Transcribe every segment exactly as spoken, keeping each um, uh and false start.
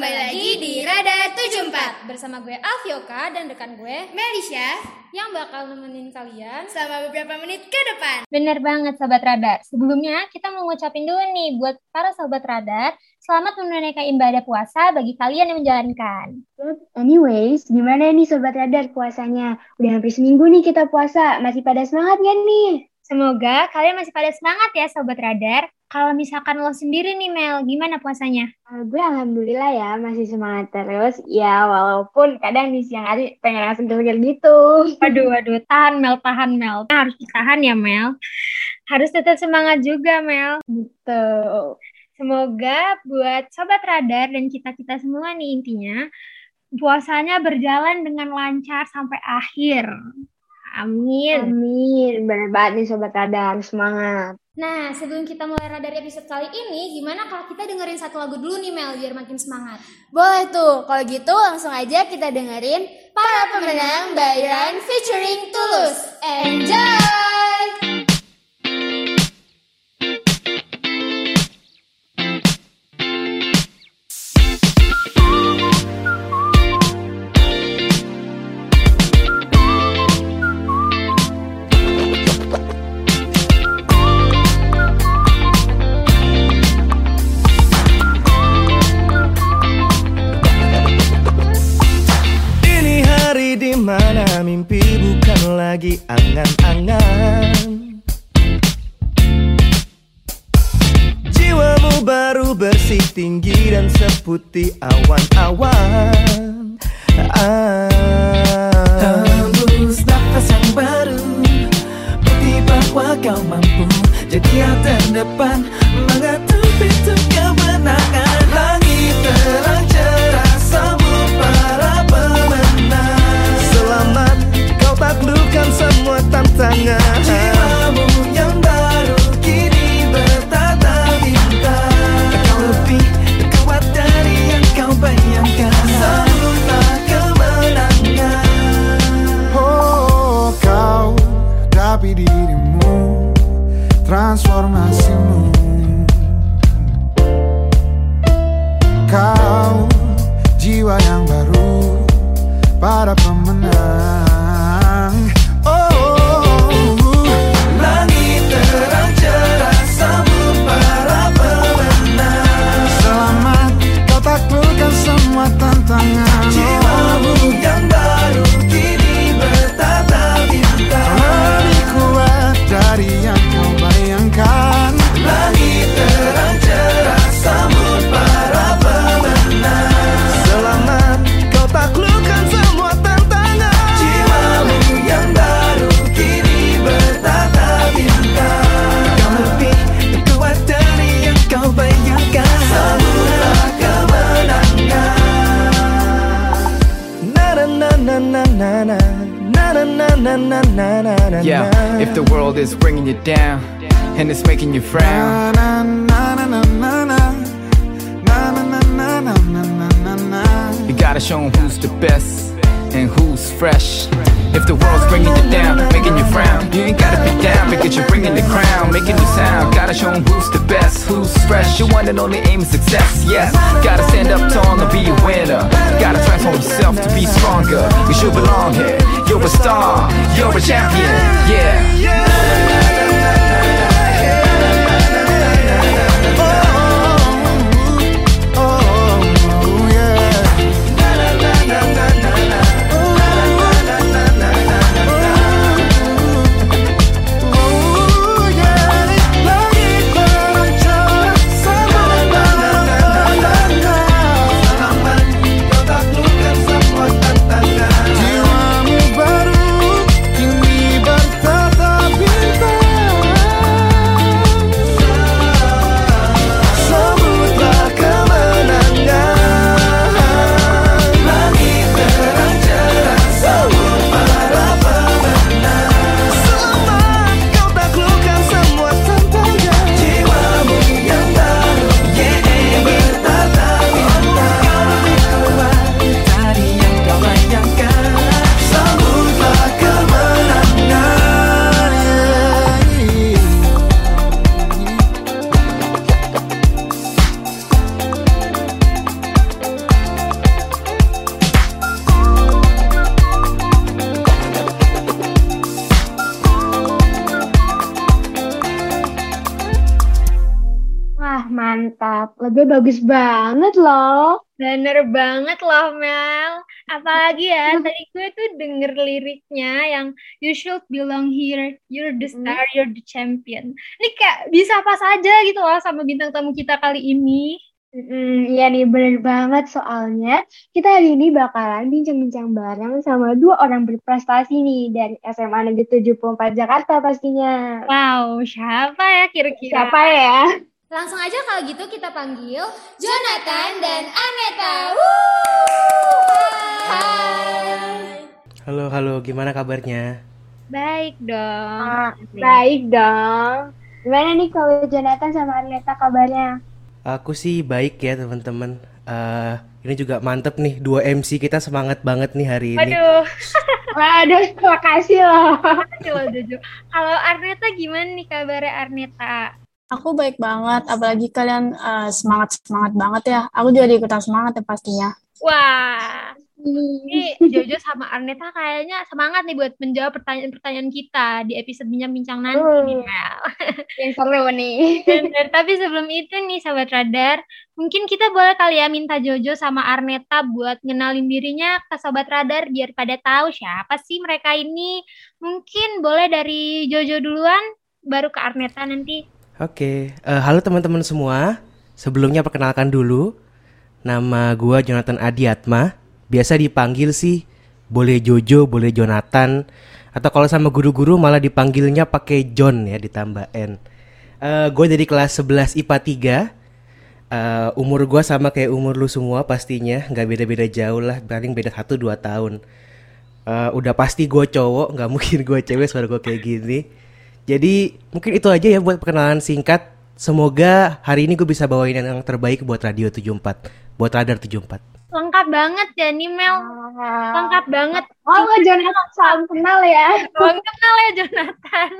kembali lagi di Radar tujuh puluh empat bersama gue Alfioka dan rekan gue Melisha yang bakal nemenin kalian selama beberapa menit ke depan. Bener banget Sobat Radar. Sebelumnya kita mau ngucapin dulu nih buat para Sobat Radar, selamat menunaikan ibadah puasa bagi kalian yang menjalankan. Anyways, gimana nih Sobat Radar puasanya? Udah hampir seminggu nih kita puasa, masih pada semangat gak nih? Semoga kalian masih pada semangat ya Sobat Radar. Kalau misalkan lo sendiri nih Mel, gimana puasanya? Uh, gue alhamdulillah ya masih semangat terus. Ya walaupun kadang di siang hari pengen langsung seger gitu. Waduh, waduh, tahan Mel, tahan Mel. Harus ditahan ya Mel. Harus tetap semangat juga Mel. Gitu. Semoga buat Sobat Radar dan kita-kita semua nih intinya, puasanya berjalan dengan lancar sampai akhir. Amin. Amin. Bener banget nih Sobat Radar, harus semangat. Nah, sebelum kita mulai Radar episode kali ini, gimana kalau kita dengerin satu lagu dulu nih Mel, biar makin semangat? Boleh tuh, kalau gitu langsung aja kita dengerin Para Pemenang by Ryan featuring Tulus. Enjoy! Mana mimpi bukan lagi angan-angan. Jiwamu baru bersih tinggi dan seputih awan-awan. ah. Hembus nafas yang baru, bukti bahwa kau mampu jadi yang terdepan, mengatur pintu kemenangan. Langit terang cerah sambut para pemenang. Selamat kau taklukkan semua tantangan. Jiwamu yang baru kini bertatap bintang. Kau lebih kuat dari yang kau bayangkan. Sambutlah kemenangan. Oh, kau dapi dirimu, transformasimu. Kau jiwa yang baru, para pemenang. Oh, langit terang cerah sambut para pemenang. Selamat kau taklukkan semua tantangan. Jiwamu yang baru kini bertatap bintang. Lebih kuat dari yang kau bayangkan. Langit terang cerah sambut para pemenang. Selamat kau taklukkan semua tantangan. Jiwamu yang baru kini bertatap bintang. Kau lebih kuat dari yang kau bayangkan. Sambutlah kemenangan. Na na na na na na na na na na na na na. Yeah, if the world is bringing you down and it's making you frown, Na na na na na na na na na na na na na na. you gotta show 'em who's the best and who's fresh. If the world's bringing you down, making you frown, you ain't gotta be down because you're bringing the crown, making you sound. Gotta show 'em who's the best, who's fresh. Your one and only aim is success, yes. Gotta stand up tall and be a winner. Gotta transform yourself to be stronger. You should belong here. You're a star, you're a champion, yeah. Jiwamu baru kini bertatap bintang. Mantap, lebih bagus banget loh. Bener banget loh Mel. Apalagi ya, tadi gue tuh denger liriknya yang you should belong here, you're the star, you're the champion. Ini kayak bisa apa saja gitu loh sama bintang tamu kita kali ini. Mm, iya nih bener banget soalnya kita hari ini bakalan bincang-bincang bareng sama dua orang berprestasi nih dari S M A Negeri tujuh puluh empat Jakarta pastinya. Wow, siapa ya kira-kira? Siapa ya? Langsung aja kalau gitu kita panggil Jonathan dan Aneta. Hai. Halo, halo, gimana kabarnya? Baik dong. Ah, baik dong. Gimana nih kalau Jonathan sama Arneta kabarnya? Aku sih baik ya teman-teman. Eh, ini juga mantep nih, dua M C kita semangat banget nih hari ini. Waduh, Waduh, makasih loh. makasih loh Jojo. Kalau Arneta gimana nih kabarnya Arneta? Aku baik banget, apalagi kalian uh, semangat-semangat banget ya. Aku juga ikutan semangat ya pastinya. Wah, ini Jojo sama Arneta kayaknya semangat nih buat menjawab pertanyaan-pertanyaan kita di episode bincang-bincang nanti Uh. nih Mel. Yang seru nih. Bener, tapi sebelum itu nih Sobat Radar, mungkin kita boleh kali ya minta Jojo sama Arneta buat ngenalin dirinya ke Sobat Radar biar pada tahu siapa sih mereka ini. Mungkin boleh dari Jojo duluan, baru ke Arneta nanti. Oke, eh, halo teman-teman semua. Sebelumnya perkenalkan dulu, nama gua Jonathan Adiatma. Biasa dipanggil sih, boleh Jojo, boleh Jonathan, atau kalau sama guru-guru malah dipanggilnya pakai John ya, ditambah N. Uh, gue dari kelas sebelas I P A tiga. Uh, umur gue sama kayak umur lu semua pastinya, nggak beda-beda jauh lah, paling beda satu dua tahun. Uh, udah pasti gue cowok, nggak mungkin gue cewek suara gue kayak gini. Jadi mungkin itu aja ya buat perkenalan singkat. Semoga hari ini gue bisa bawain yang terbaik buat Radio tujuh puluh empat, buat Radar tujuh puluh empat. Lengkap banget ya nih Mel, lengkap banget. Oh, Jonathan, salam kenal ya. Salam kenal ya Jonathan.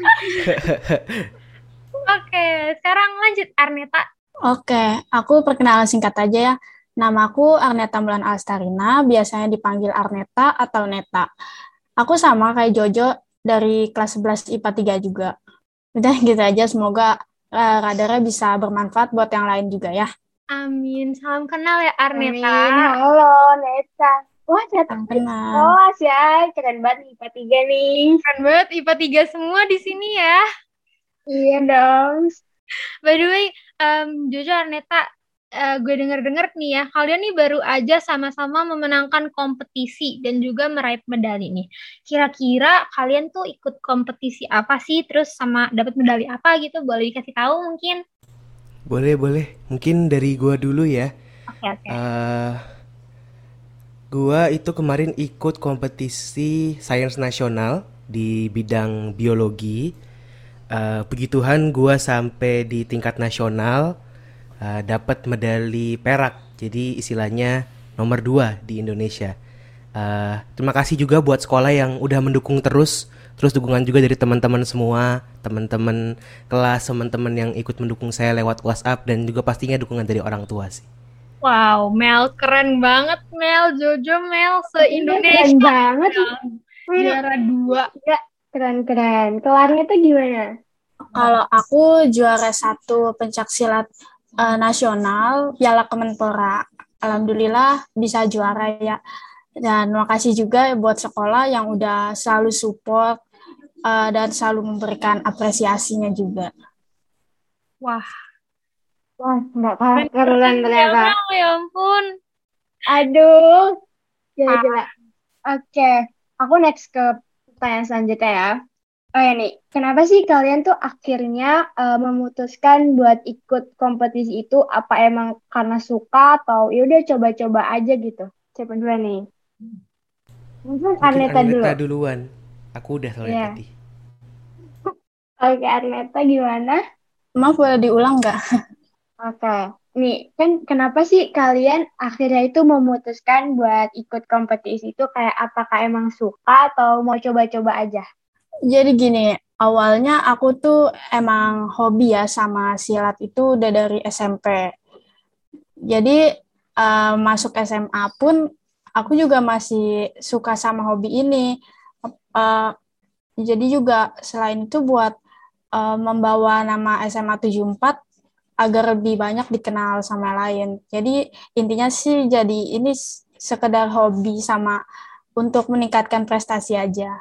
Oke, sekarang lanjut Arneta. Oke, aku perkenalan singkat aja ya. Namaku Arneta Mulan Alstarina, biasanya dipanggil Arneta atau Neta. Aku sama kayak Jojo dari kelas sebelas I P A tiga juga. Udah gitu aja, semoga uh, radarnya bisa bermanfaat buat yang lain juga ya. Amin, salam kenal ya Arneta. Amin. Halo, Neta. Wah, ternyata Salam kenal. kelas ya. Keren banget I P A tiga nih. Keren banget I P A tiga semua di sini ya. Iya dong. By the way, um, Jojo, Arneta, uh, gue denger-denger nih ya, kalian nih baru aja sama-sama memenangkan kompetisi dan juga meraih medali nih. Kira-kira kalian tuh ikut kompetisi apa sih? Terus sama dapat medali apa gitu? Boleh dikasih tahu mungkin? Boleh, boleh. Mungkin dari gua dulu ya. Oke, oke. Uh, gua itu kemarin ikut kompetisi sains nasional di bidang biologi. Uh, puji Tuhan gua sampai di tingkat nasional, uh, dapat medali perak. Jadi istilahnya nomor dua di Indonesia. Uh, terima kasih juga buat sekolah yang udah mendukung terus. Terus dukungan juga dari teman-teman semua, teman-teman kelas, teman-teman yang ikut mendukung saya lewat WhatsApp, dan juga pastinya dukungan dari orang tua sih. Wow, Mel, keren banget Mel, Jojo, Mel, se-Indonesia. Keren banget. Juara dua. Ya, keren-keren. Kelarnya tuh gimana? Kalau aku juara satu pencaksilat uh, nasional Piala Kemenpora. Alhamdulillah bisa juara ya. Dan makasih juga buat sekolah yang udah selalu support uh, dan selalu memberikan apresiasinya juga. Wah, Wah, nggak kalah keren ternyata. Mel, ya ampun. Aduh. Gila-gila. Oke, aku next ke pertanyaan selanjutnya ya. Oh ya nih, kenapa sih kalian tuh akhirnya uh, memutuskan buat ikut kompetisi itu? Apa emang karena suka atau yaudah coba-coba aja gitu? Siapa dulu nih? Mungkin Mungkin Arneta dulu. Arneta duluan. Aku udah soalnya Iya. tadi. Oke, Arneta gimana? Maaf, boleh diulang nggak? Oke, nih kan kenapa sih kalian akhirnya itu memutuskan buat ikut kompetisi itu, kayak apakah emang suka atau mau coba-coba aja? Jadi gini, awalnya aku tuh emang hobi ya sama silat itu udah dari S M P. Jadi uh, masuk S M A pun aku juga masih suka sama hobi ini. Uh, jadi juga selain itu buat uh, membawa nama S M A tujuh puluh empat, agar lebih banyak dikenal sama lain. Jadi intinya sih jadi ini sekedar hobi sama untuk meningkatkan prestasi aja.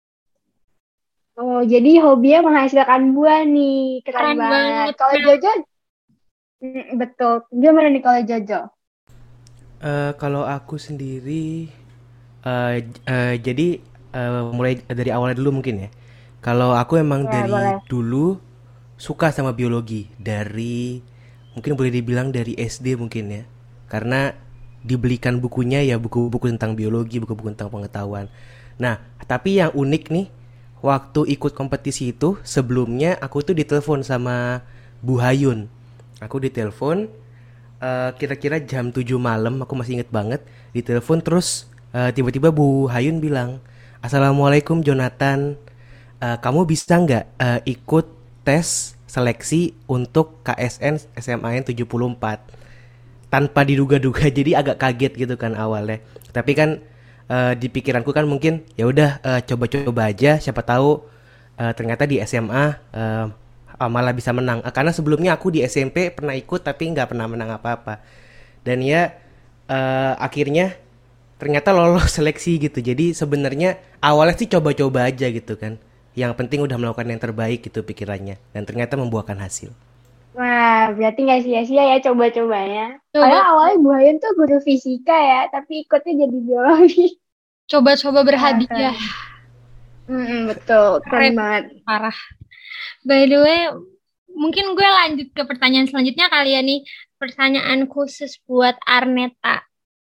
Oh, jadi hobinya menghasilkan buah nih. Keren, Keren banget. banget, Kalau Mel. Jojo, mm, betul. Gimana nih kalau Jojo? Eh, kalau aku sendiri, eh, j- eh, jadi eh, mulai dari awalnya dulu mungkin ya. Kalau aku emang Ya, dari boleh. dulu suka sama biologi, dari mungkin boleh dibilang dari S D mungkin ya. Karena dibelikan bukunya ya buku-buku tentang biologi, buku-buku tentang pengetahuan. Nah, tapi yang unik nih, waktu ikut kompetisi itu sebelumnya aku tuh ditelepon sama Bu Hayun. Aku ditelepon eh, kira-kira jam tujuh malam, aku masih inget banget. Ditelepon terus eh, tiba-tiba Bu Hayun bilang, "Assalamualaikum Jonathan, Eh, kamu bisa nggak eh, ikut tes seleksi untuk K S N S M A N tujuh puluh empat?" Tanpa diduga-duga, jadi agak kaget gitu kan awalnya. Tapi kan eh, di pikiranku kan mungkin ya udah eh, coba-coba aja, siapa tahu eh, ternyata di S M A eh, ah, malah bisa menang. Eh, karena sebelumnya aku di S M P pernah ikut tapi nggak pernah menang apa-apa. Dan ya eh, akhirnya ternyata lolos seleksi gitu. Jadi sebenarnya awalnya sih coba-coba aja gitu kan. Yang penting udah melakukan yang terbaik gitu pikirannya. Dan ternyata membuahkan hasil. Wah, berarti nggak sia-sia ya coba-cobanya. Coba. Padahal awalnya Bu Hayun tuh guru fisika ya, tapi ikutnya jadi biologi. Coba-coba Wah, berhadiah. keren. Mm-mm, betul, keren Keren. banget. Parah. By the way, mungkin gue lanjut ke pertanyaan selanjutnya kali ya nih. Pertanyaan khusus buat Arneta.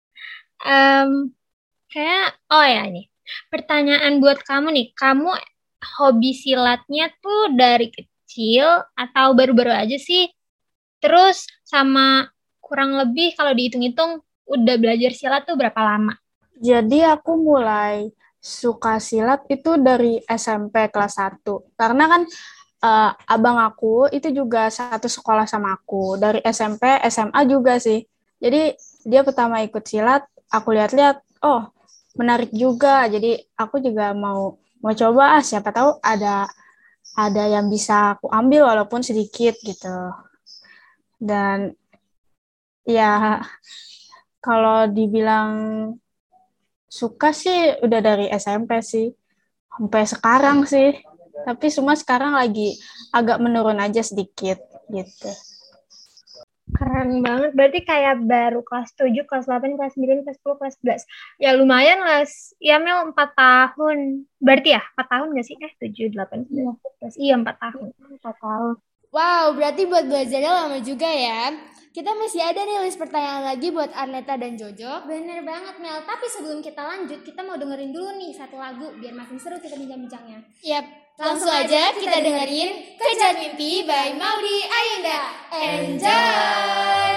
Em, kayak, oh ya nih. Pertanyaan buat kamu nih. Kamu hobi silatnya tuh dari kecil atau baru-baru aja sih? Terus sama kurang lebih kalau dihitung-hitung udah belajar silat tuh berapa lama? Jadi aku mulai suka silat itu dari S M P kelas satu. Karena kan eh, abang aku itu juga satu sekolah sama aku. Dari S M P, S M A juga sih. Jadi dia pertama ikut silat, aku lihat-lihat, oh menarik juga. Jadi aku juga mau mau coba, ah siapa tahu ada ada yang bisa aku ambil walaupun sedikit gitu. Dan ya kalau dibilang suka sih udah dari S M P sih sampai sekarang sih. Tapi cuma sekarang lagi agak menurun aja sedikit gitu. Keren banget, berarti kayak baru kelas tujuh, kelas delapan, kelas sembilan, kelas sepuluh, kelas sebelas. Ya lumayan lah, ya Mel empat tahun. Berarti ya, empat tahun gak sih? Eh, tujuh, delapan, sembilan, sebelas. Iya, empat tahun. empat tahun. Wow, berarti buat belajarnya lama juga ya. Kita masih ada nih list pertanyaan lagi buat Arneta dan Jojo. Bener banget Mel, tapi sebelum kita lanjut, kita mau dengerin dulu nih satu lagu biar makin seru kita bincang-bincangnya. Yap, langsung aja kita dengerin Kejar Mimpi by Maudi Ayunda. Enjoy!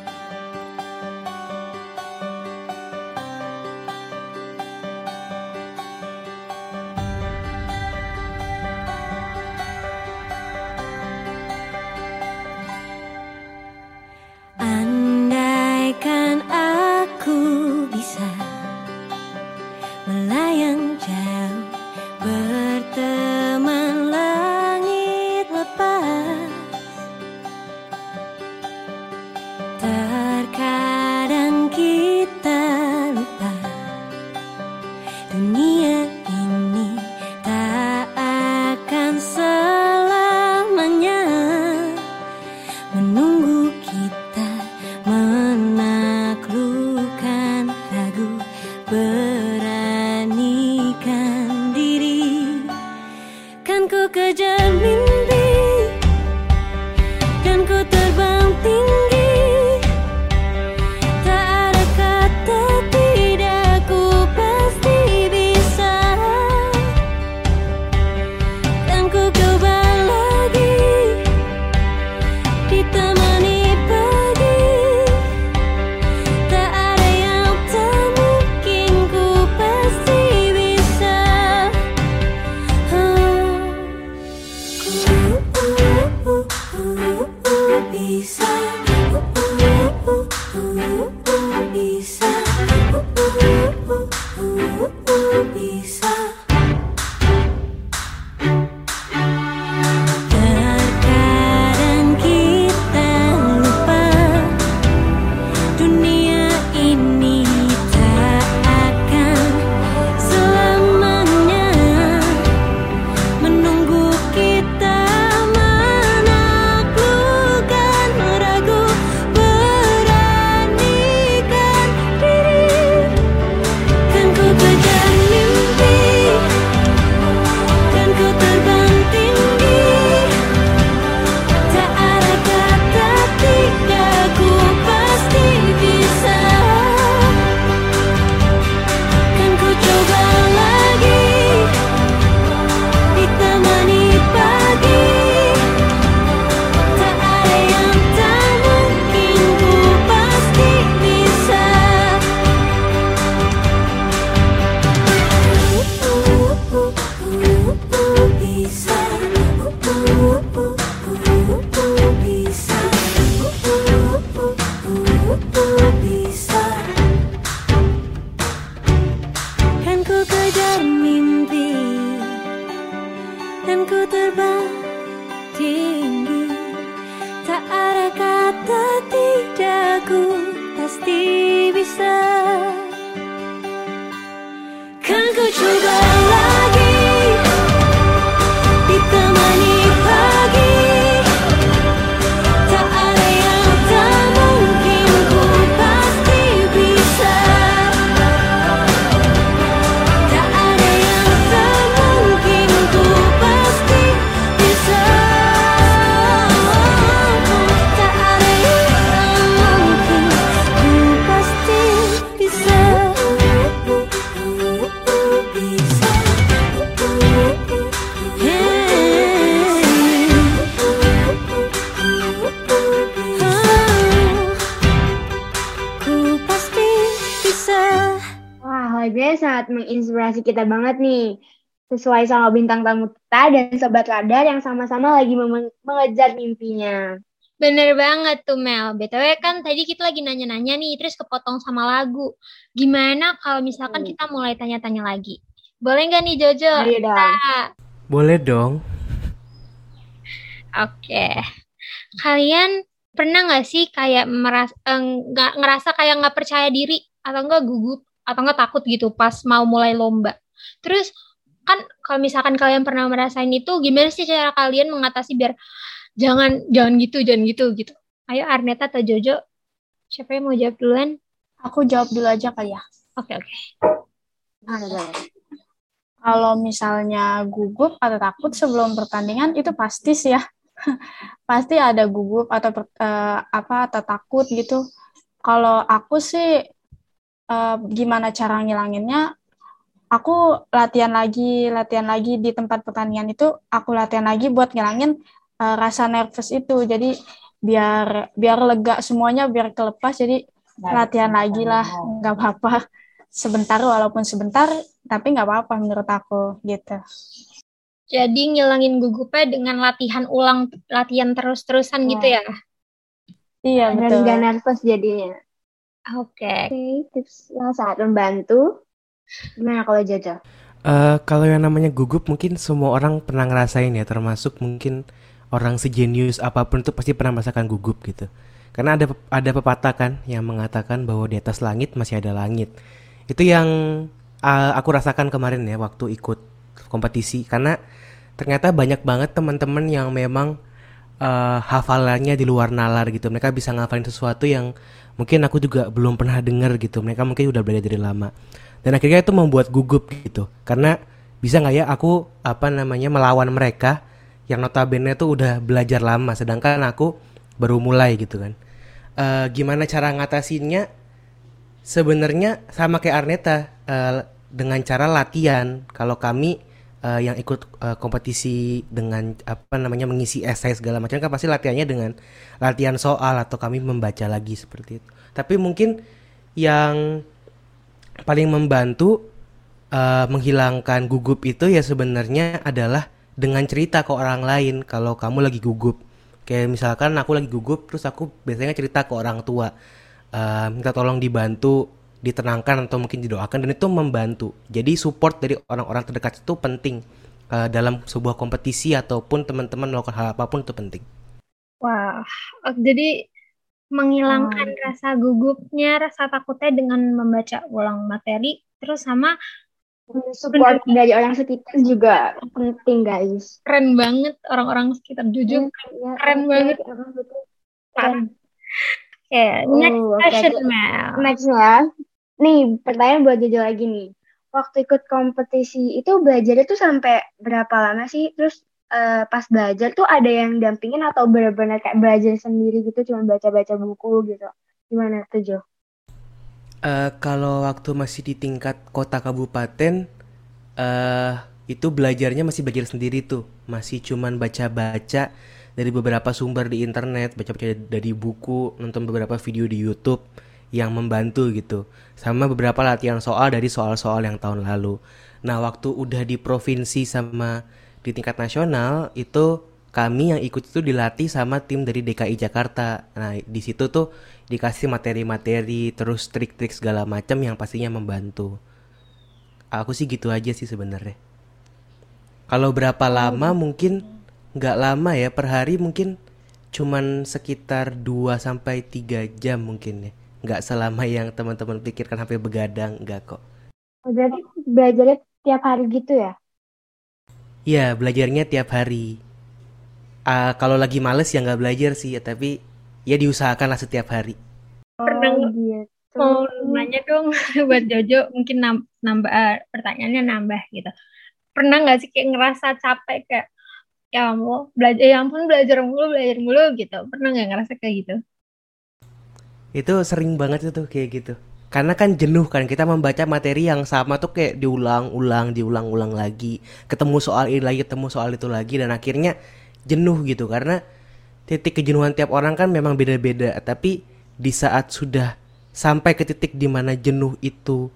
Andaikan aku bisa melayang jauh, berteman langit lepas. Terkadang kita lupa dunia ini tak akan selamanya menunggu kita menaklukkan ragu, beranikan diri. Kan ku kejar mimpi dan ku terbang tinggi, tak ada kata tidak, ku pasti bisa. Dan ku coba lagi, ditemani pagi, tak ada yang tak mungkin, ku pasti bisa. Oh, ku uh, uh, uh, uh, bisa, uh, uh, uh, uh, uh, bisa, uh, uh, uh, uh, uh, bisa. Terkadang kita bisa. Kan ku kejar mimpi, dan ku terbang tinggi. Tak ada kata tidak, ku pasti bisa. Kan ku coba lagi, ditemani pagi. Tak ada yang tak mungkin, ku pasti bisa. Tak ada yang tak mungkin, ku pasti bisa. Tak ada yang tak mungkin, ku pasti bisa. Bisa. Ku pasti bisa. Wah, lagunya sangat menginspirasi kita banget nih. Sesuai sama bintang tamu kita dan Sobat Radar yang sama-sama lagi mem- mengejar mimpinya. Bener banget tuh Mel. B T W kan tadi kita lagi nanya-nanya nih, terus kepotong sama lagu. Gimana kalau misalkan Hmm. kita mulai tanya-tanya lagi? Boleh nggak nih Jojo? Ayo dong. Kita. Boleh dong. Oke. Kalian pernah nggak sih kayak meras eh, nggak ngerasa kayak nggak percaya diri atau nggak gugup atau nggak takut gitu pas mau mulai lomba? Terus kan kalau misalkan kalian pernah merasain itu, gimana sih cara kalian mengatasi biar jangan jangan gitu jangan gitu gitu? Ayo Arneta atau Jojo, siapa yang mau jawab duluan? Aku jawab dulu aja kali ya. Oke oke. Kalau misalnya gugup atau takut sebelum pertandingan itu pasti sih ya. Pasti ada gugup atau per- eh, apa atau takut gitu. Kalau aku sih eh, gimana cara ngilanginnya? Aku latihan lagi, latihan lagi di tempat pertandingan itu. Aku latihan lagi buat ngilangin eh, rasa nervous itu. Jadi biar biar lega semuanya, biar kelepas. Jadi latihan lagi lah, nggak apa-apa. Sebentar walaupun sebentar, tapi nggak apa-apa menurut aku gitu. Jadi ngilangin gugupnya dengan latihan ulang, latihan terus-terusan gitu ya? Iya Dan betul. nggak nervous jadinya. Oke. Oke, tips yang sangat membantu. Gimana kalau Jojo? Eh, kalau yang namanya gugup mungkin semua orang pernah ngerasain ya, termasuk mungkin orang sejenius apapun itu pasti pernah merasakan gugup gitu. Karena ada ada pepatah kan yang mengatakan bahwa di atas langit masih ada langit. Itu yang uh, aku rasakan kemarin ya waktu ikut kompetisi, karena ternyata banyak banget teman-teman yang memang uh, hafalannya di luar nalar gitu. Mereka bisa ngafalin sesuatu yang mungkin aku juga belum pernah dengar gitu. Mereka mungkin udah belajar dari lama. Dan akhirnya itu membuat gugup gitu. Karena bisa nggak ya aku apa namanya melawan mereka yang notabene tuh udah belajar lama, sedangkan aku baru mulai gitu kan. Uh, gimana cara ngatasinnya? Sebenarnya sama kayak Arneta, uh, dengan cara latihan. Kalau kami uh, yang ikut uh, kompetisi dengan apa namanya mengisi esai segala macam kan pasti latihannya dengan latihan soal atau kami membaca lagi seperti itu. Tapi mungkin yang paling membantu uh, menghilangkan gugup itu ya sebenarnya adalah dengan cerita ke orang lain kalau kamu lagi gugup. Kayak misalkan aku lagi gugup, terus aku biasanya cerita ke orang tua, uh, minta tolong dibantu, ditenangkan atau mungkin didoakan, dan itu membantu. Jadi support dari orang-orang terdekat itu penting uh, dalam sebuah kompetisi ataupun teman-teman melakukan hal apapun itu penting. Wah, oh, jadi menghilangkan Hmm. rasa gugupnya, rasa takutnya dengan membaca ulang materi, terus sama Support dari orang sekitar juga penting, guys. keren banget orang-orang sekitar jujur, Ya, keren oke, banget. orang betul. Parah. Keren. Oke, next Oh, oke. question Mel. Next ya. Nih, pertanyaan buat Jojo lagi nih. Waktu ikut kompetisi itu belajarnya tuh sampai berapa lama sih? Terus eh, pas belajar tuh ada yang dampingin atau benar-benar kayak belajar sendiri gitu, cuma baca-baca buku gitu? Gimana tuh, Jo? Uh, kalau waktu masih di tingkat kota kabupaten, uh, itu belajarnya masih belajar sendiri tuh, masih cuman baca-baca dari beberapa sumber di internet, baca-baca dari buku, nonton beberapa video di YouTube yang membantu gitu, sama beberapa latihan soal dari soal-soal yang tahun lalu. Nah waktu udah di provinsi sama di tingkat nasional itu kami yang ikut itu dilatih sama tim dari D K I Jakarta. Nah, di situ tuh dikasih materi-materi, terus trik-trik segala macam yang pastinya membantu. Aku sih gitu aja sih sebenarnya. Kalau berapa lama mungkin nggak lama ya, per hari mungkin cuman sekitar dua sampai tiga jam mungkin ya. Nggak selama yang teman-teman pikirkan sampai begadang, nggak kok. Oh, berarti belajarnya tiap hari gitu ya? Iya, belajarnya tiap hari. Uh, kalau lagi males ya nggak belajar sih ya, tapi ya diusahakan lah setiap hari. Pernah Oh gitu. mau nanya dong buat Jojo, mungkin nam- nambah uh, pertanyaannya nambah gitu. Pernah nggak sih kayak ngerasa capek kayak ya ampun belajar, ya ampun belajar mulu belajar mulu gitu? Pernah nggak ngerasa kayak gitu? Itu sering banget itu kayak gitu. Karena kan jenuh kan, kita membaca materi yang sama tuh kayak diulang-ulang, diulang-ulang lagi, ketemu soal ini lagi, ketemu soal itu lagi, dan akhirnya jenuh gitu. Karena titik kejenuhan tiap orang kan memang beda-beda. Tapi di saat sudah sampai ke titik di mana jenuh itu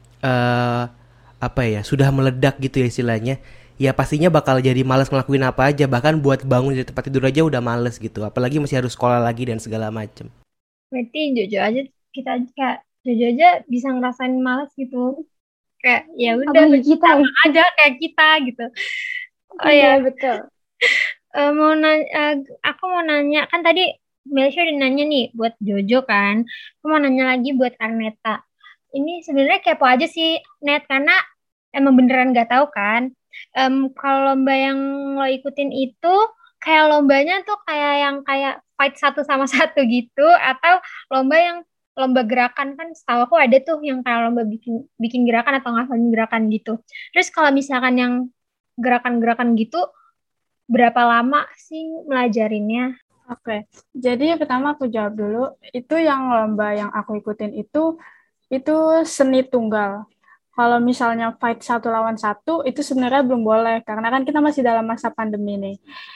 uh, apa ya, sudah meledak gitu ya istilahnya, ya pastinya bakal jadi malas ngelakuin apa aja. Bahkan buat bangun dari tempat tidur aja udah males gitu. Apalagi masih harus sekolah lagi dan segala macem. Berarti Jojo aja kita kayak Jojo aja bisa ngerasain malas gitu. Kayak ya udah Apalagi kita ya. sama aja kayak kita gitu. Oh Iya ya, betul. eh, mau nanya, eh, aku mau nanya kan tadi Melisha udah nanya nih buat Jojo kan. Aku mau nanya lagi buat Arneta. Ini sebenarnya kepo aja sih Net, karena emang beneran nggak tahu kan. Em, kalau lomba yang lo ikutin itu kayak lombanya tuh kayak yang kayak fight satu sama satu gitu, atau lomba yang lomba gerakan. Kan setahu aku ada tuh yang kayak lomba bikin bikin gerakan atau ngafalin gerakan gitu. Terus kalau misalkan yang gerakan-gerakan gitu, berapa lama sih melajarinnya? Oke, jadi pertama aku jawab dulu. Itu yang lomba yang aku ikutin itu itu seni tunggal. Kalau misalnya fight satu lawan satu itu sebenarnya belum boleh karena kan kita masih dalam masa pandemi nih.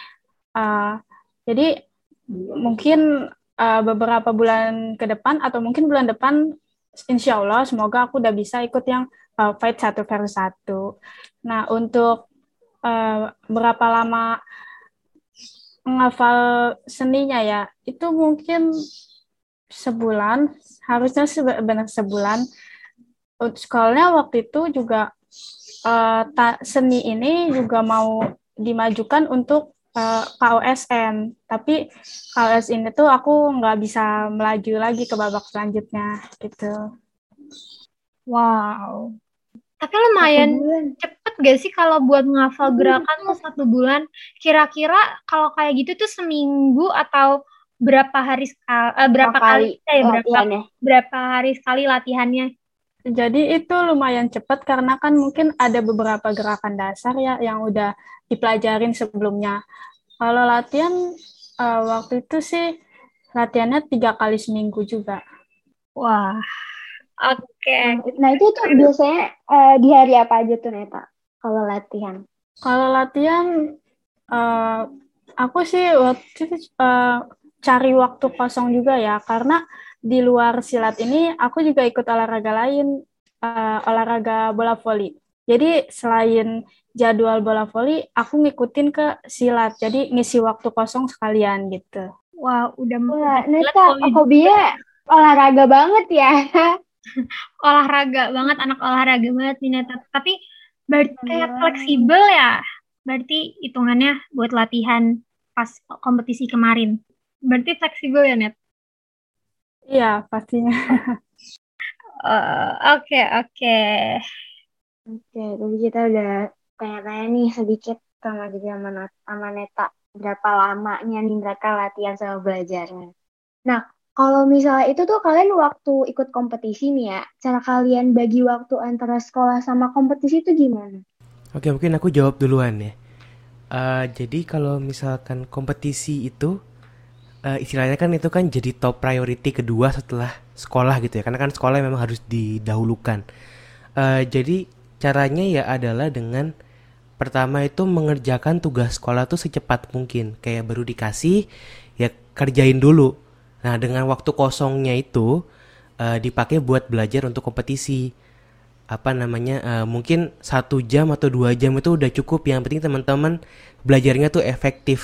Uh, jadi mungkin uh, beberapa bulan ke depan atau mungkin bulan depan, insya Allah semoga aku udah bisa ikut yang uh, fight satu versus satu. Nah untuk uh, berapa lama menghafal seninya ya, itu mungkin sebulan, harusnya sebenarnya sebulan. Soalnya waktu itu juga uh, ta- seni ini juga mau dimajukan untuk uh, K O S N, tapi K O S N itu aku nggak bisa melaju lagi ke babak selanjutnya gitu. Wow. Tapi lumayan cepet gak sih kalau buat menghafal gerakan tuh satu bulan? Kira-kira kalau kayak gitu tuh seminggu atau berapa hari sekali? Eh, berapa kali? Eh, berapa latihannya? berapa hari sekali latihannya? Jadi itu lumayan cepat karena kan mungkin ada beberapa gerakan dasar ya yang udah dipelajarin sebelumnya. Kalau latihan uh, waktu itu sih latihannya tiga kali seminggu juga. Wah, oke. Okay. Nah itu tuh biasanya uh, di hari apa aja tuh Neta kalau latihan? Kalau latihan uh, aku sih waktu itu uh, cari waktu kosong juga ya, karena di luar silat ini aku juga ikut olahraga lain, uh, olahraga bola voli. Jadi selain jadwal bola voli, aku ngikutin ke silat. Jadi ngisi waktu kosong sekalian gitu. Wah, udah Wah, Neta, hobinya olahraga banget ya. Olahraga banget, anak olahraga banget nih Neta. Tapi berarti kayak fleksibel ya? Berarti hitungannya buat latihan pas kompetisi kemarin. Berarti fleksibel ya, Net? Iya, pastinya. Oke, oke. Oke, jadi kita udah tanya-tanya nih sedikit sama juga sama Neta. Berapa lamanya nih mereka latihan sama belajarnya. Nah, kalau misalnya itu tuh kalian waktu ikut kompetisi nih ya, cara kalian bagi waktu antara sekolah sama kompetisi itu gimana? Oke, mungkin aku jawab duluan ya. Uh, jadi kalau misalkan kompetisi itu, uh, istilahnya kan itu kan jadi top priority kedua setelah sekolah gitu ya. Karena kan sekolah memang harus didahulukan. Uh, jadi caranya ya adalah dengan pertama itu mengerjakan tugas sekolah tuh secepat mungkin. Kayak baru dikasih, ya kerjain dulu. Nah dengan waktu kosongnya itu uh, dipakai buat belajar untuk kompetisi. Apa namanya uh, mungkin satu jam atau dua jam itu udah cukup. Yang penting teman-teman belajarnya tuh efektif.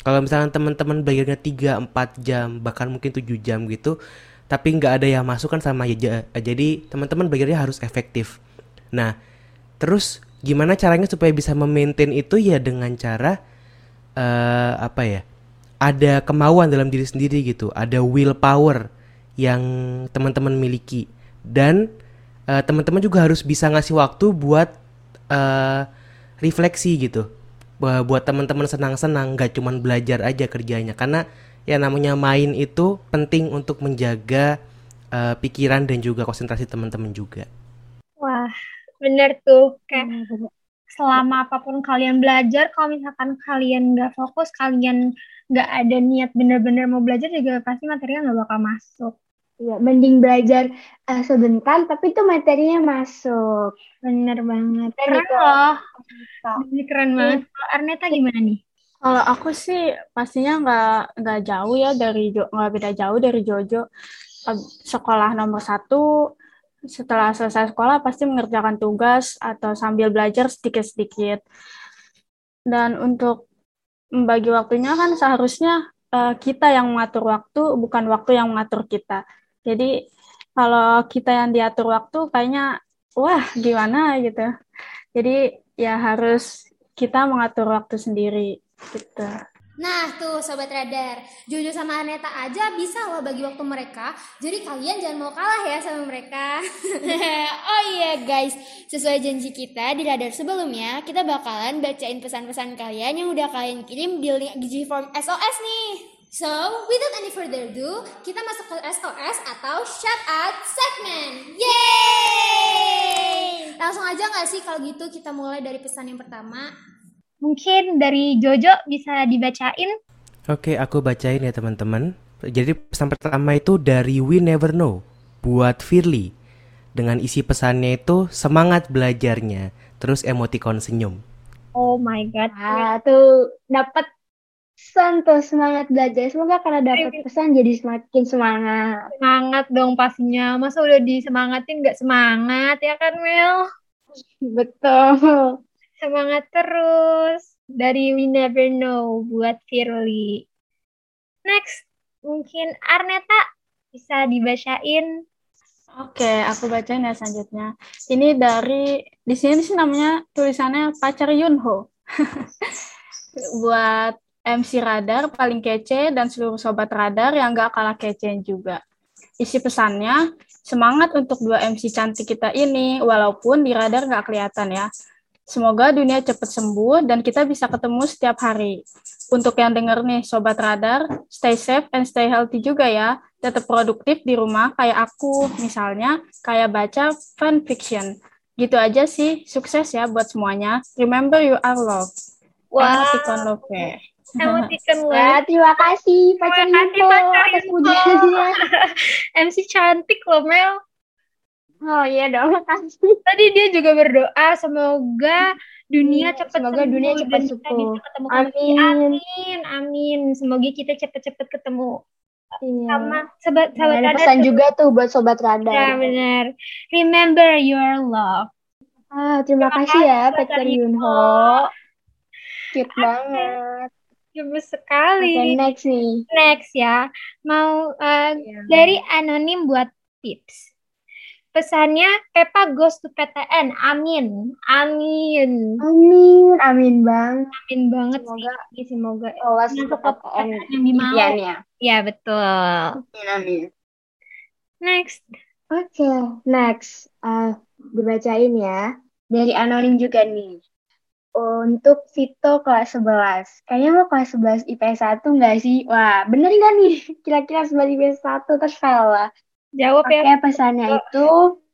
Kalau misalnya teman-teman belajarnya tiga empat jam, bahkan mungkin tujuh jam gitu, tapi nggak ada yang masuk kan sama aja. Jadi teman-teman belajarnya harus efektif. Nah, terus gimana caranya supaya bisa memaintain itu ya dengan cara eh, apa ya? Ada kemauan dalam diri sendiri gitu, ada willpower yang teman-teman miliki, dan eh, teman-teman juga harus bisa ngasih waktu buat eh, refleksi gitu. Ba- Buat teman-teman senang-senang, nggak cuman belajar aja kerjanya, karena ya namanya main itu penting untuk menjaga eh, pikiran dan juga konsentrasi teman-teman juga. Wah, bener tuh. Kayak selama apapun kalian belajar, kalau misalkan kalian nggak fokus, kalian nggak ada niat bener-bener mau belajar juga pasti materinya nggak bakal masuk. Iya, mending belajar eh, sebentar tapi tuh materinya masuk. Bener banget. Dan Keren itu loh. bisa. Ini keren banget. Kalau Arneta gimana nih? Kalau aku sih pastinya nggak nggak jauh ya dari Jo- nggak beda jauh dari Jojo. Eh, Sekolah nomor satu, setelah selesai sekolah pasti mengerjakan tugas atau sambil belajar sedikit-sedikit. Dan untuk membagi waktunya kan seharusnya eh, kita yang mengatur waktu, bukan waktu yang mengatur kita. Jadi kalau kita yang diatur waktu kayaknya wah gimana gitu. Jadi ya harus kita mengatur waktu sendiri gitu. Nah tuh Sobat Radar, Jojo sama Aneta aja bisa loh bagi waktu mereka. Jadi kalian jangan mau kalah ya sama mereka. Oh iya guys, sesuai janji kita di radar sebelumnya, kita bakalan bacain pesan-pesan kalian yang udah kalian kirim di link Digiform S O S nih. So, without any further ado, kita masuk ke S O S atau Shout Out Segment. Yeay! Langsung aja gak sih kalau gitu kita mulai dari pesan yang pertama? Mungkin dari Jojo bisa dibacain. Oke, aku bacain ya teman-teman. Jadi pesan pertama itu dari We Never Know buat Firly. Dengan isi pesannya itu semangat belajarnya, terus emoticon senyum. Oh my god. Ah, tuh dapat pesan tuh semangat belajar. Semoga karena dapat pesan jadi semakin semangat. Semangat dong pastinya. Masa udah disemangatin gak semangat ya kan Mel? Betul. Semangat terus. Dari We Never Know buat Firly. Next, mungkin Arneta bisa dibacain. Oke, aku bacain ya selanjutnya. Ini dari di sini sih namanya tulisannya pacar Yunho. Buat M C Radar paling kece dan seluruh sobat Radar yang gak kalah kece juga. Isi pesannya, semangat untuk dua M C cantik kita ini, walaupun di Radar gak kelihatan ya. Semoga dunia cepat sembuh dan kita bisa ketemu setiap hari. Untuk yang denger nih Sobat Radar, stay safe and stay healthy juga ya. Tetap produktif di rumah kayak aku, misalnya kayak baca fan fiction. Gitu aja sih, sukses ya buat semuanya. Remember you are loved. Wah. Emoticon love. Emoticon Wah, love. terima kasih pacar Terima kasih, Yunho pacar atas Yunho. pujiannya. M C cantik loh Mel. Oh iya dong, makasih. Tadi dia juga berdoa semoga dunia Hmm, cepat semoga sembuh dunia cepat dan kita sembuh. bisa ketemu kembali. Amin. Amin, amin. Semoga kita cepat-cepat ketemu. Iya. Sama sobat Nah, sahabat ada radar pesan tuh. juga tuh buat sobat Ya radar. benar. Remember your love. Ah, terima Terima kasih ya kasih, pacar pacar Yunho. Yunho. Cute banget. Gemes Oke, sekali. next nih. Next ya. Mau eh, Iya. dari anonim buat tips. Pesannya Pepa goes to P T N. Amin. Amin. Amin, amin banget. Amin banget Semoga sih. Semoga lolos masuk ke ke P T N P T N yang dimau. impiannya. Ya betul. Amin, amin. Next. Oke, next. Ah, dibacain ya. Dari anonim juga nih. Untuk Vito kelas sebelas. Kayaknya lo kelas sebelas I P S satu nggak sih? Wah, bener nggak nih? Kira-kira sebelas I P S satu terus fail lah. Jawab Oke, ya. pesannya itu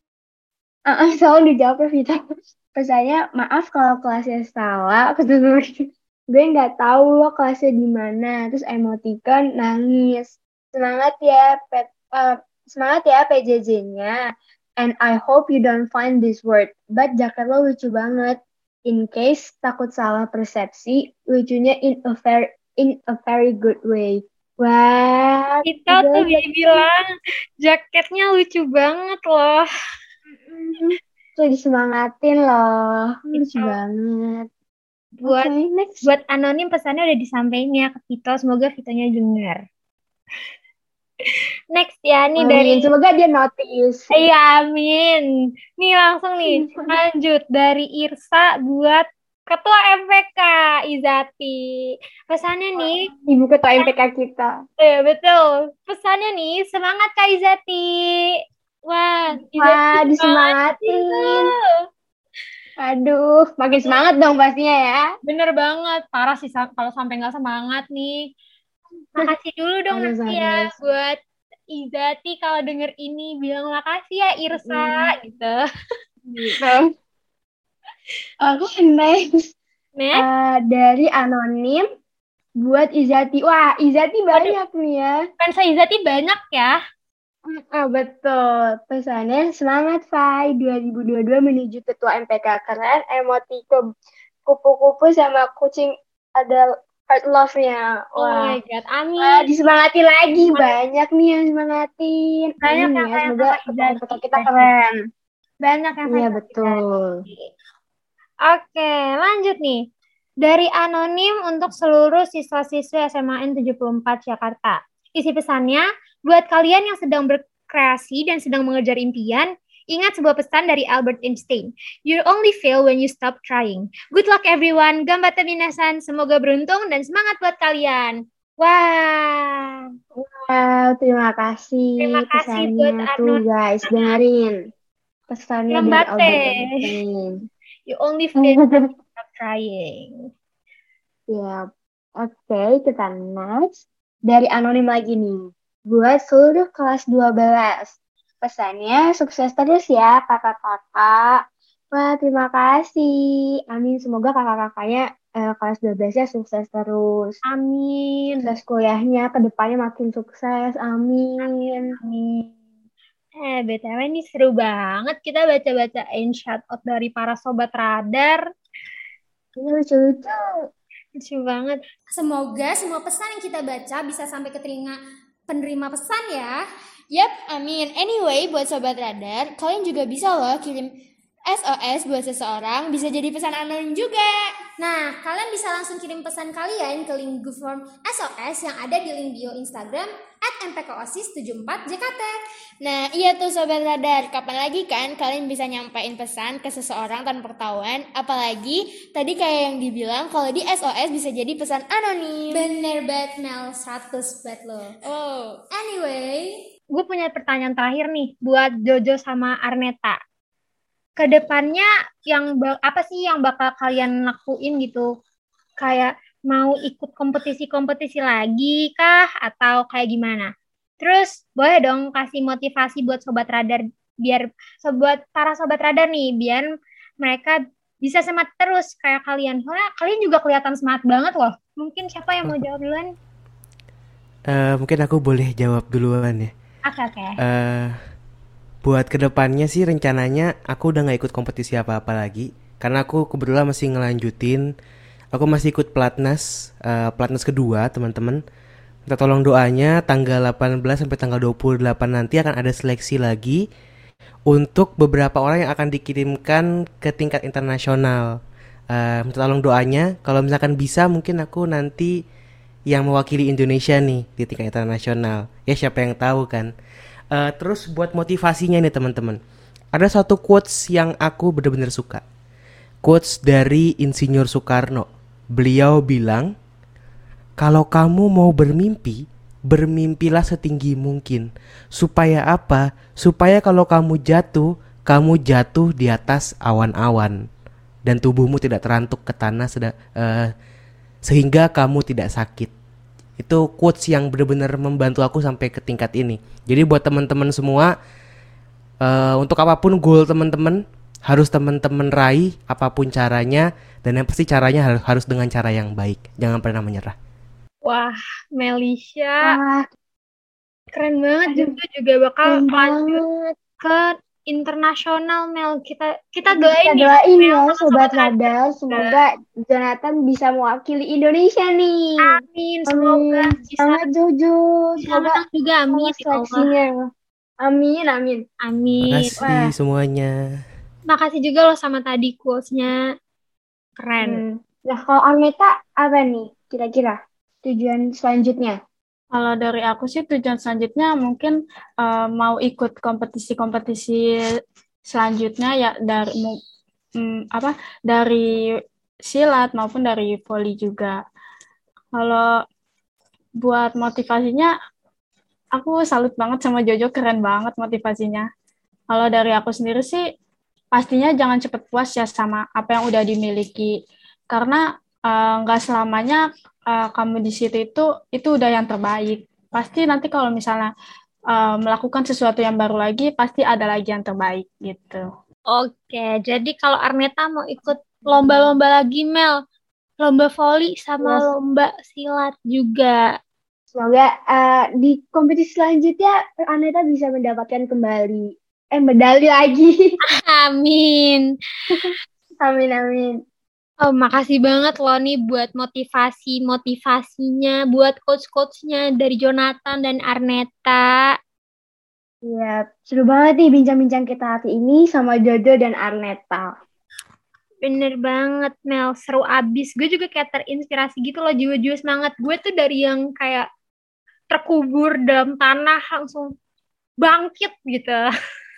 Ah, uh, selalu dijawab ya Vita. Pesannya maaf kalau kelasnya salah. Gue nggak tahu lo kelasnya di mana. Terus emoticon nangis. Semangat ya, pet, uh, semangat ya P J J-nya. And I hope you don't find this word. But jaket lo lucu banget. In case takut salah persepsi, lucunya in a very in a very good way. Wah, Kita tuh udah dia bilang jaketnya lucu banget loh. tuh disemangatin loh. Lucu banget. Buat Oke, next. buat anonim pesannya udah disampaikan ya ke Vito, semoga Vitonya dengar. Next ya, nih dari Amin. Semoga dia notice. Iya, amin. Nih langsung nih, lanjut dari Irsa buat Ketua M P K Izati. Pesannya nih, Ibu Ketua M P K kita. eh betul. Pesannya nih, semangat Kak Izati. Wah, Izati Wah, semangat disemangatin. gitu. Aduh, makin semangat dong pastinya ya. Bener banget, parah sih sa- kalau sampai nggak semangat nih. Makasih dulu dong Harus, nanti ya harus. buat Izati kalau denger ini bilang makasih ya Irsa gitu. Gitu. Oke, next. Next, Eh, dari anonim buat Izati. Wah, Izati banyak nih ya. fans Izati banyak ya. Ah, betul. Pesannya semangat, Fai. dua ribu dua puluh dua menuju ketua M P K. Keren, emoti ke kupu-kupu sama kucing ada heart love-nya. Oh Wah. my god, Wah, amin. disemangati lagi. Banyak nih yang semangatin. Banyak Amin yang ya, kayak semoga sama ketua M P K Izati. kita keren. Banyak yang Iya, fans betul. Izati. Oke, lanjut nih. Dari anonim untuk seluruh siswa-siswi S M A N tujuh puluh empat Jakarta. Isi pesannya, buat kalian yang sedang berkreasi dan sedang mengejar impian, ingat sebuah pesan dari Albert Einstein. You only fail when you stop trying. Good luck everyone. Gambatte minasan. Semoga beruntung dan semangat buat kalian. Wah. Wow, terima kasih Terima kasih buat pesannya tuh anonim. guys. Dengerin pesannya dari Gambatte. Albert Einstein. You only fail when you stop trying. Ya, oke, kita next. Dari anonim lagi nih. Buat seluruh kelas dua belas. Pesannya sukses terus ya kakak-kakak. Wah, terima kasih. Amin, semoga kakak-kakaknya eh, kelas dua belas-nya sukses terus. Amin. Sukses kuliahnya, ke depannya makin sukses. Amin. Amin. Eh, B T W ini seru banget kita baca-bacain shoutout dari para sobat radar. Ini lucu-lucu. Lucu banget. Semoga semua pesan yang kita baca bisa sampai ke telinga penerima pesan ya. Yap, amin. Anyway, buat Sobat Radar, kalian juga bisa loh kirim S O S buat seseorang, bisa jadi pesan anonim juga. Nah, kalian bisa langsung kirim pesan kalian ke link Google Form S O S yang ada di link bio Instagram at m p k o s i s tujuh empat j k t. Nah, iya tuh Sobat Radar, kapan lagi kan kalian bisa nyampein pesan ke seseorang tanpa ketahuan, apalagi tadi kayak yang dibilang kalau di S O S bisa jadi pesan anonim. Bener banget Mel, seratus buat lo. Oh, Anyway, Gue punya pertanyaan terakhir nih buat Jojo sama Arneta. Kedepannya yang ba- apa sih yang bakal kalian lakuin gitu? Kayak mau ikut kompetisi-kompetisi lagi kah? Atau kayak gimana? Terus boleh dong kasih motivasi buat Sobat Radar biar buat para Sobat Radar nih biar mereka bisa semangat terus kayak kalian. Soalnya kalian juga kelihatan semangat banget loh. Mungkin siapa yang mau jawab duluan? Eh, mungkin aku boleh jawab duluan ya. Oke oke. Eh, buat kedepannya sih rencananya aku udah nggak ikut kompetisi apa-apa lagi karena aku kebetulan masih ngelanjutin. Aku masih ikut pelatnas, eh, pelatnas kedua teman-teman. Minta tolong doanya tanggal delapan belas sampai tanggal dua puluh delapan nanti akan ada seleksi lagi untuk beberapa orang yang akan dikirimkan ke tingkat internasional. Eh, minta tolong doanya kalau misalkan bisa mungkin aku nanti yang mewakili Indonesia nih di tingkat internasional. Ya siapa yang tahu kan. Eh, terus buat motivasinya nih teman-teman. Ada satu quotes yang aku benar-benar suka. Quotes dari Insinyur Soekarno. Beliau bilang, kalau kamu mau bermimpi, bermimpilah setinggi mungkin. Supaya apa? Supaya kalau kamu jatuh, kamu jatuh di atas awan-awan. Dan tubuhmu tidak terantuk ke tanah seda- eh, sehingga kamu tidak sakit. Itu quotes yang benar-benar membantu aku sampai ke tingkat ini. Jadi buat teman-teman semua, uh, untuk apapun goal teman-teman, harus teman-teman raih apapun caranya. Dan yang pasti caranya harus, harus dengan cara yang baik. Jangan pernah menyerah. Wah, Melisha. Wah, Keren banget. Aduh, Juga juga bakal keren lanjut banget. ke internasional Mel. Kita kita Kita doain nih doain Mel ya sama Sobat Sobat Radar. Radar, semoga Jonathan bisa mewakili Indonesia nih. Amin. Semoga Amin. bisa Semangat Jojo, bisa semoga menang juga. Amin. sama Ya Allah. seleksinya. Amin, amin. Amin. Makasih Wah, semuanya. makasih juga loh sama tadi quotes-nya. Keren. Hmm. Nah, kalau Arneta apa nih kira-kira tujuan selanjutnya? Kalau dari aku sih tujuan selanjutnya mungkin uh, mau ikut kompetisi-kompetisi selanjutnya ya dari um, apa dari silat maupun dari voli juga. Kalau buat motivasinya, aku salut banget sama Jojo, keren banget motivasinya. Kalau dari aku sendiri sih, pastinya jangan cepat puas ya sama apa yang udah dimiliki. Karena nggak uh, selamanya uh, kamu di situ itu itu udah yang terbaik. Pasti nanti kalau misalnya uh, melakukan sesuatu yang baru lagi, pasti ada lagi yang terbaik gitu. Oke, jadi kalau Arneta mau ikut lomba-lomba lagi, Mel, lomba voli sama yes. lomba silat juga. Semoga uh, di kompetisi selanjutnya Arneta bisa mendapatkan kembali eh medali lagi. Amin. Amin amin. Oh, makasih banget loh nih buat motivasi-motivasinya, buat coach-coachnya dari Jonathan dan Arneta. Iya, seru banget nih bincang-bincang kita hari ini sama Jojo dan Arneta. Bener banget, Mel. Seru abis. Gue juga kayak terinspirasi gitu loh, jiwa-jiwa semangat. Gue tuh dari yang kayak terkubur dalam tanah langsung bangkit gitu.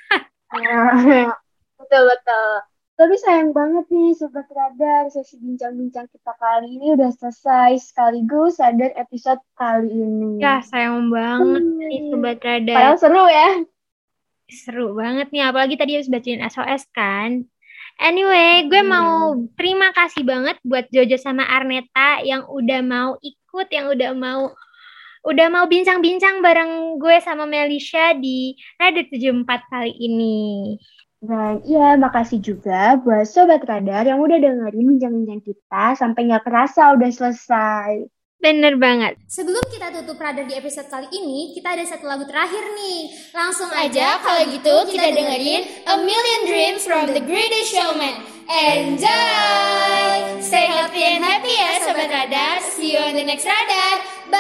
Betul-betul. Tapi sayang banget nih Sobat Radar, sesi bincang-bincang kita kali ini udah selesai sekaligus ada episode kali ini. Ya sayang banget hmm. nih Sobat Radar. Padahal seru ya. Seru banget nih, apalagi tadi harus bacain S O S kan. Anyway, gue hmm. mau terima kasih banget buat Jojo sama Arneta yang udah mau ikut, yang udah mau udah mau bincang-bincang bareng gue sama Melisha di Radar tujuh puluh empat kali ini. Dan iya, makasih juga buat Sobat Radar yang udah dengerin bincang-bincang kita sampai gak kerasa udah selesai. Bener banget. Sebelum kita tutup Radar di episode kali ini, kita ada satu lagu terakhir nih. Langsung aja kalau gitu kita dengerin A Million Dreams from The Greatest Showman. Enjoy! Stay healthy and happy ya Sobat Radar. See you on the next Radar.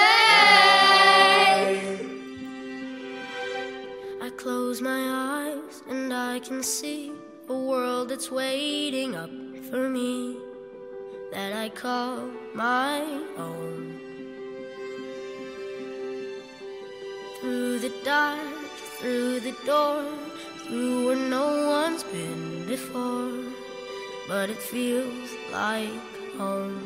Bye! I close my eyes and I can see a world that's waiting up for me that I call my own. Through the dark, through the door, through where no one's been before, but it feels like home.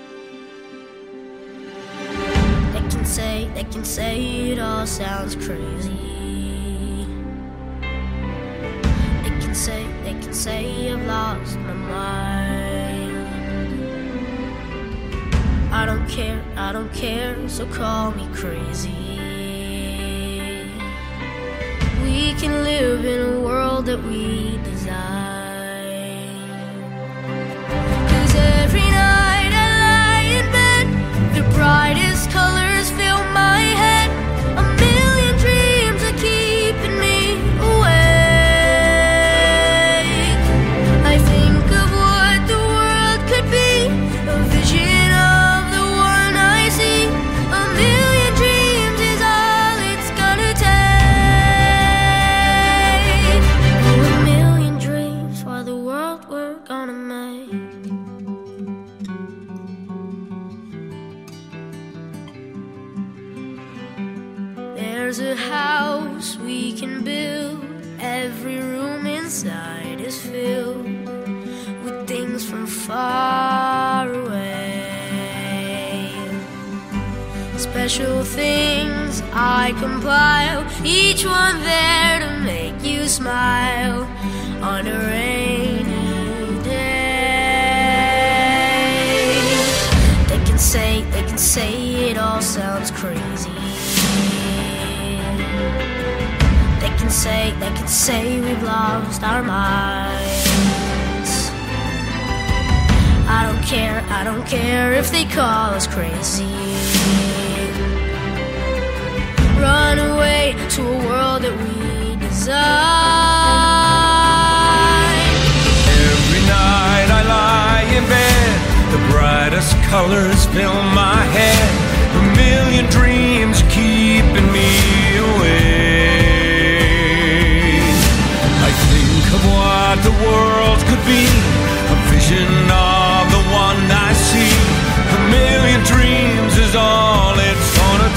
They can say, they can say it all sounds crazy. Say, they can say I've lost my mind. I don't care, I don't care, so call me crazy. We can live in a world that we design. 'Cause every night I lie in bed, the brightest colors fill my head. A million dreams are keeping me away. There's a house we can build. Every room inside is filled with things from far away. Special things I compile, each one there to make you smile on a rainy day. They can say, they can say it all sounds crazy. They can say, they can say we've lost our minds. I don't care, I don't care if they call us crazy. Run away to a world that we design. Every night I lie in bed, the brightest colors fill my head. A million dreams keeping me away. I think of what the world could be, a vision of the one I see. is all it's gonna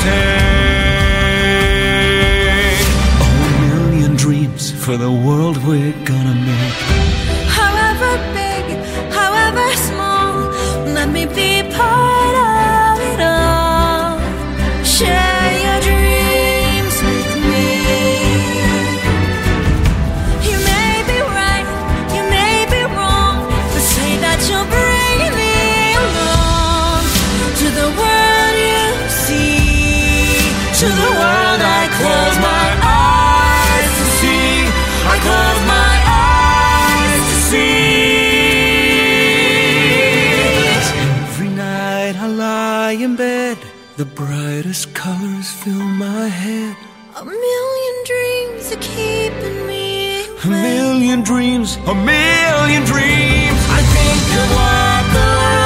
take. A million dreams for the world we're gonna make. However big, however small, let me be part of it all. Share your dreams with me. You may be right, you may be wrong, but say that you'll bring me along to the world you see, to the world I close my eyes to see. I close my eyes to see. Every night I lie in bed, the brightest colors fill my head. A million dreams are keeping me A million dreams, a million dreams. I think of what the